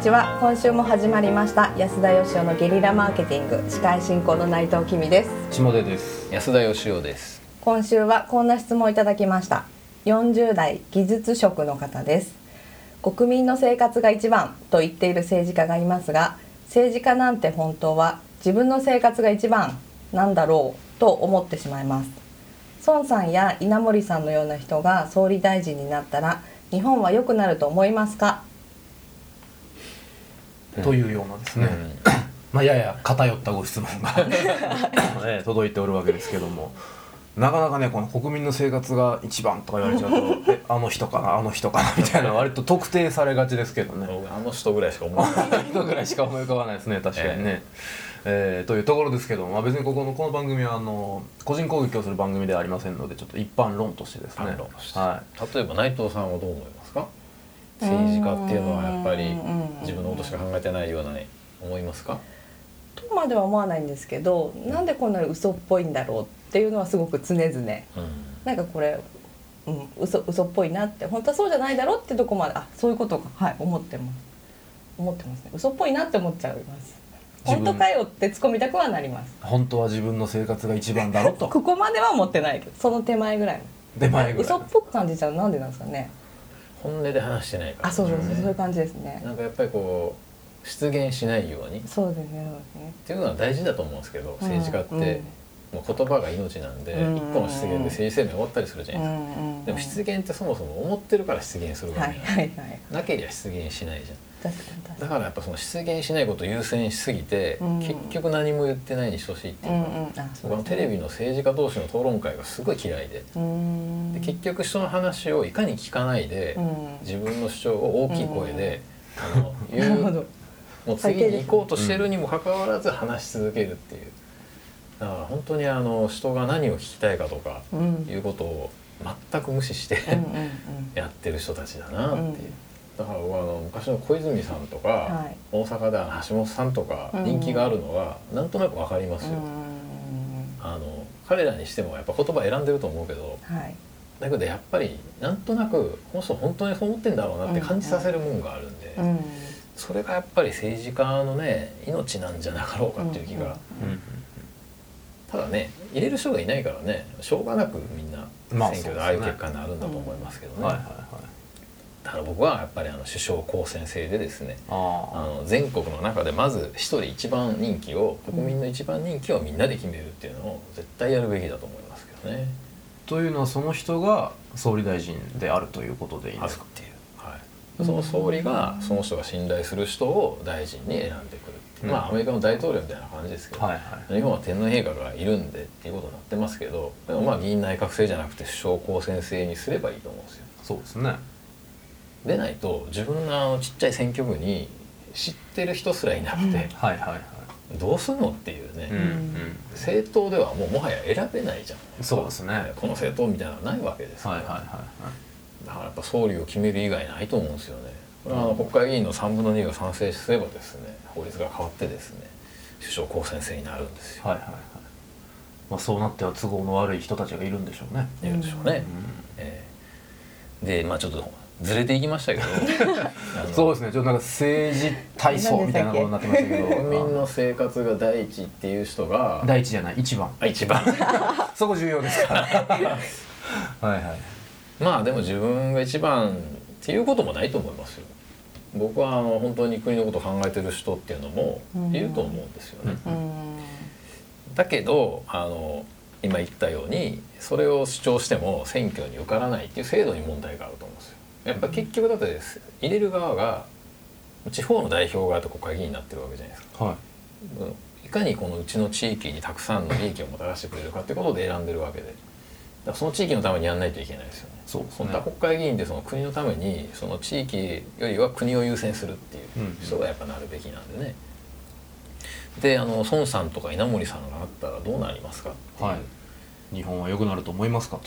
ちは。今週も始まりました安田義雄のゲリラマーケティング、司会進行の内藤きみです。 下出です。 安田義雄です。 今週はこんな質問をいただきました。40代技術職の方です。国民の生活が一番と言っている政治家がいますが、政治家なんて本当は自分の生活が一番なんだろうと思ってしまいます。孫さんや稲盛さんのような人が総理大臣になったら日本は良くなると思いますか、 というようなですね、やや偏ったご質問が届いておるわけですけども、なかなかね、この国民の生活が一番とか言われちゃうとあの人かなあの人かなみたいな割と特定されがちですけどねあの人ぐらいしか思い浮かばない人ぐらいしか思い浮かばないですね、確かにね、というところですけども、別にこの番組は個人攻撃をする番組ではありませんので、ちょっと一般論としてですね、 例えば内藤さんはどう思いますか？政治家っていうのはやっぱり自分のことしか考えてないようなね、思いますか？ とまでは思わないんですけど、なんでこんなに嘘っぽいんだろうっていうのはすごく常々、なんかこれ、嘘っぽいなって、本当はそうじゃないだろうってとこまで、そういうことか、思ってますね。嘘っぽいなって思っちゃいます。本当かよって突っ込みたくはなります。 本当は自分の生活が一番だろとここまでは思ってないけど、その手前ぐらい嘘っぽく感じちゃう。なんでなんですかね。 本音で話してないから、ね、 そういう感じですね。 なんかやっぱりこう出現しないように、 そうですねっていうのは大事だと思うんですけど、政治家って、もう言葉が命なんで、一個の出現で政治生命終わったりするじゃないですか、でも出現ってそもそも思ってるから出現するから、なければ出現しないじゃん。だからやっぱその出現しないことを優先しすぎて、結局何も言ってないに等しいっていうか、僕はテレビの政治家同士の討論会がすごい嫌いで、結局人の話をいかに聞かないで、自分の主張を大きい声で言う、もう次に行こうとしてるにもかかわらず話し続けるっていう。だから本当に人が何を聞きたいかとかいうことを全く無視してやってる人たちだなっていう。だから僕は昔の小泉さんとか、大阪で橋本さんとか人気があるのはなんとなく分かりますよ。彼らにしてもやっぱ言葉選んでると思うけど、だけどやっぱりなんとなくこの人本当にそう思ってんだろうなって感じさせるもんがあるんで、それがやっぱり政治家のね命なんじゃなかろうかっていう気が。ただね、入れる人がいないからね、しょうがなくみんな選挙でああいう結果になるんだと思いますけどね。だから僕はやっぱり首相公選制でですね、全国の中でまず一人一番人気を、国民の一番人気をみんなで決めるっていうのを絶対やるべきだと思いますけどね。 というのはその人が総理大臣であるということでいいですか？ っていう、その総理がその人が信頼する人を大臣に選んでくるっていう、アメリカの大統領みたいな感じですけど、日本は天皇陛下がいるんでっていうことになってますけど、でも議員内閣制じゃなくて首相公選制にすればいいと思うんですよ。 そうですね。 でないと自分のちっちゃい選挙区に知ってる人すらいなくて、どうすんのっていうね、政党ではもはや選べないじゃん。 そうですね。 この政党みたいなのはないわけですから、だからやっぱ総理を決める以外ないと思うんですよね。これは国会議員の3分の2が賛成すればですね、法律が変わってですね、首相公選制になるんですよ。 そうなっては都合の悪い人たちがいるんでしょうね。 いるんでしょうね。でちょっとずれていきましたけどそうですね、ちょっとなんか政治体操みたいなことになってましたけど、 国民の生活が第一っていう人が、 第一じゃない、一番そこ重要ですからでも自分が一番っていうこともないと思いますよ。僕は本当に国のことを考えてる人っていうのもいると思うんですよね。だけど今言ったようにそれを主張しても選挙に受からないっていう制度に問題があると思うんですよ。やっぱ結局だって入れる側が地方の代表側と国会議員になってるわけじゃないですか。いかにこのうちの地域にたくさんの利益をもたらしてくれるかってことで選んでるわけで、だからその地域のためにやらないといけないですよね。本当は国会議員ってその国のためにその地域よりは国を優先するっていう人がやっぱなるべきなんでね。で孫さんとか稲盛さんがあったらどうなりますかっていう、 日本は良くなると思いますかと。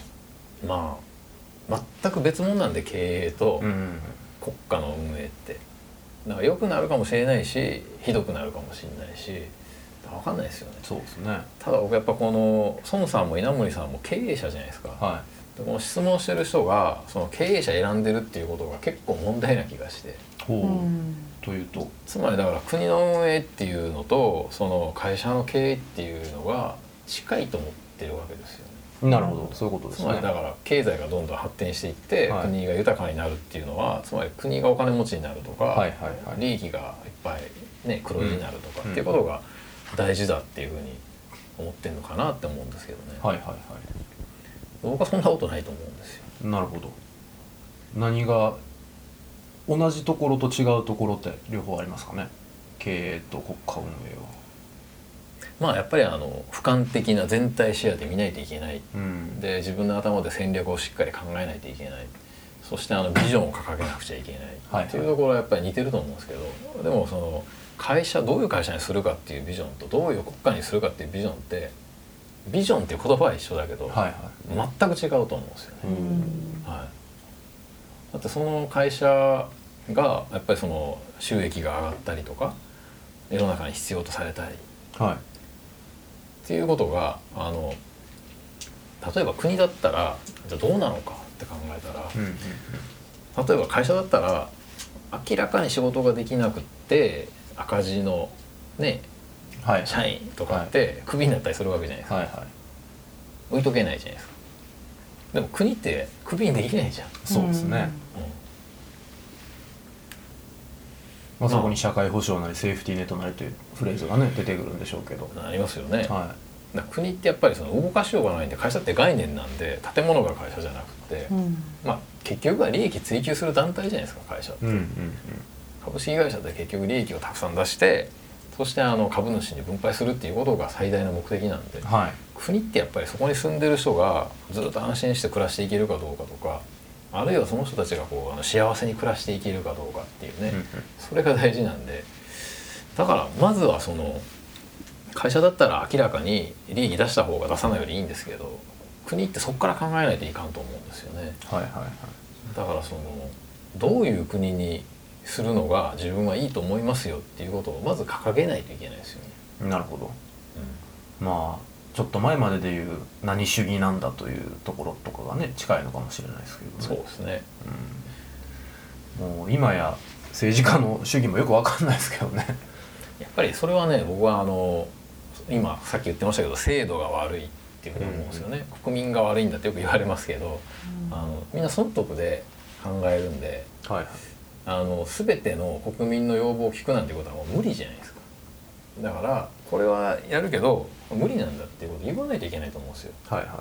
全く別物なんで、経営と国家の運営って。だから良くなるかもしれないしひどくなるかもしれないし分かんないですよね。 そうですね。 ただ僕やっぱこの孫さんも稲盛さんも経営者じゃないですか。でこの質問してる人がその経営者選んでるっていうことが結構問題な気がして。 とというと、 つまりだから国の運営っていうのとその会社の経営っていうのが近いと思ってるわけですよね。 なるほど、そういうことですね。 つまりだから経済がどんどん発展していって、はい、国が豊かになるっていうのはつまり国がお金持ちになるとか、はいはいはい、利益がいっぱい、ね、黒字になるとかっていうことが大事だっていうふうに思ってるのかなって思うんですけどね。はいはいはい、僕はそんなことないと思うんですよ。 なるほど。何が同じところと違うところって両方ありますかね、経営と国家運営は。 まあやっぱり俯瞰的な全体視野で見ないといけない、うん、で自分の頭で戦略をしっかり考えないといけない、そしてビジョンを掲げなくちゃいけない、はい、っていうところはやっぱり似てると思うんですけど、でもその会社どういう会社にするかっていうビジョンとどういう国家にするかっていうビジョンってビジョンっていう言葉は一緒だけど、はいはい、全く違うと思うんですよね。はい、だってその会社がやっぱりその収益が上がったりとか世の中に必要とされたり、はい、っていうことが例えば国だったらじゃあどうなのかって考えたら、うんうんうん、例えば会社だったら明らかに仕事ができなくって赤字のね、はい、社員とかってクビになったりするわけじゃないですか、はいはい、置いとけないじゃないですか。でも国ってクビにできないじゃん。 そうですね、まあ、そこに社会保障なりセーフティーネットなりというフレーズがね出てくるんでしょうけど、 ありますよね、はい、だ国ってやっぱりその動かしようがないんで、会社って概念なんで建物が会社じゃなくて、まあ結局は利益追求する団体じゃないですか会社って、うんうんうん、株式会社って結局利益をたくさん出してそして株主に分配するっていうことが最大の目的なんで、はい、国ってやっぱりそこに住んでる人がずっと安心して暮らしていけるかどうかとか、あるいはその人たちがこう幸せに暮らしていけるかどうかっていうね、うんうん、それが大事なんで、だからまずはその会社だったら明らかに利益出した方が出さないよりいいんですけど、国ってそこから考えないといかんと思うんですよね。はいはいはい、だからそのどういう国にするのが自分はいいと思いますよっていうことをまず掲げないといけないですよね。 なるほど、うん、まあちょっと前まででいう何主義なんだというところとかがね近いのかもしれないですけどね。 そうですね、 うん、もう今や政治家の主義もよく分かんないですけどね。 やっぱりそれはね、僕は今さっき言ってましたけど制度が悪いっていうふうに思うんですよね、うん、国民が悪いんだってよく言われますけど、うん、みんな損得で考えるんで、はいはい、全ての国民の要望を聞くなんてことはもう無理じゃないですか。だからこれはやるけど無理なんだっていうことを言わないといけないと思うんですよ。はいはいはい、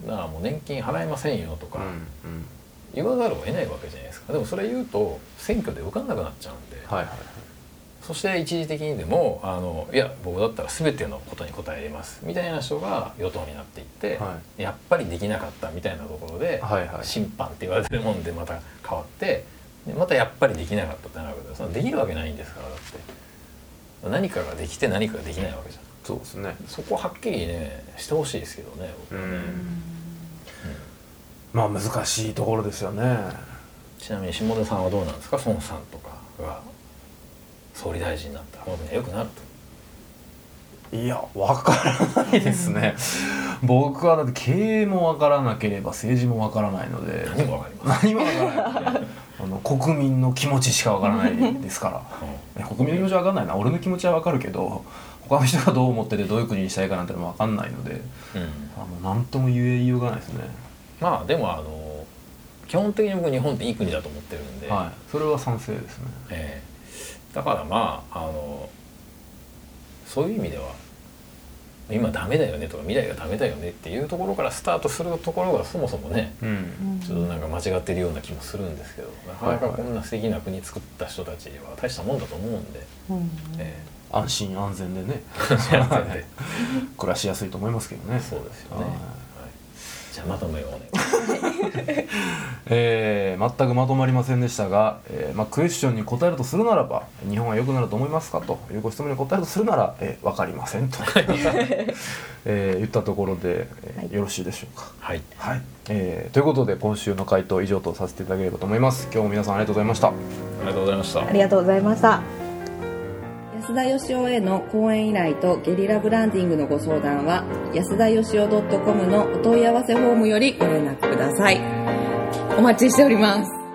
だからもう年金払えませんよとか、うんうん、言わざるを得ないわけじゃないですか。でもそれ言うと選挙で受かんなくなっちゃうんで、はいはいはい、そして一時的にでもいや僕だったら全てのことに答えれますみたいな人が与党になっていって、はい、やっぱりできなかったみたいなところで、はいはい、審判って言われてるもんでまた変わってまたやっぱりできなかったってなるけど、そのできるわけないんですから。だって何かができて何かができないわけじゃん。 そうですね。 そこはっきりねしてほしいですけどね、僕はね。 まあ難しいところですよね。 ちなみに下出さんはどうなんですか。孫さんとかが総理大臣になったら本当に良くなると。いや分からないですね。僕はだって経営も分からなければ政治も分からないので。 何も分かります。 何も分からない。国民の気持ちしか分からないですから、国民の気持ちは分かんないな。俺の気持ちは分かるけど他の人がどう思っててどういう国にしたいかなんてのも分かんないので、何とも言えようがないですね。 まあでも基本的に僕日本っていい国だと思ってるんで、 はい、それは賛成ですね。だからまあそういう意味では今ダメだよねとか未来がダメだよねっていうところからスタートするところがそもそもね、うん、ちょっとなんか間違ってるような気もするんですけど、なかなかこんな素敵な国作った人たちは大したもんだと思うんで、 安心安全でね暮らしやすいと思いますけどね。 そうですよね。じゃあまとめをね全くまとまりませんでしたが、クエスチョンに答えるとするならば日本は良くなると思いますかというご質問に答えるとするなら、分かりませんと言ったところで、よろしいでしょうか。はい、はい、ということで今週の回答は以上とさせていただければと思います。今日も皆さんありがとうございました。 ありがとうございました。 ありがとうございました。安田義雄への講演依頼とゲリラブランディングのご相談は安田義雄 .com のお問い合わせフォームよりご連絡ください。お待ちしております。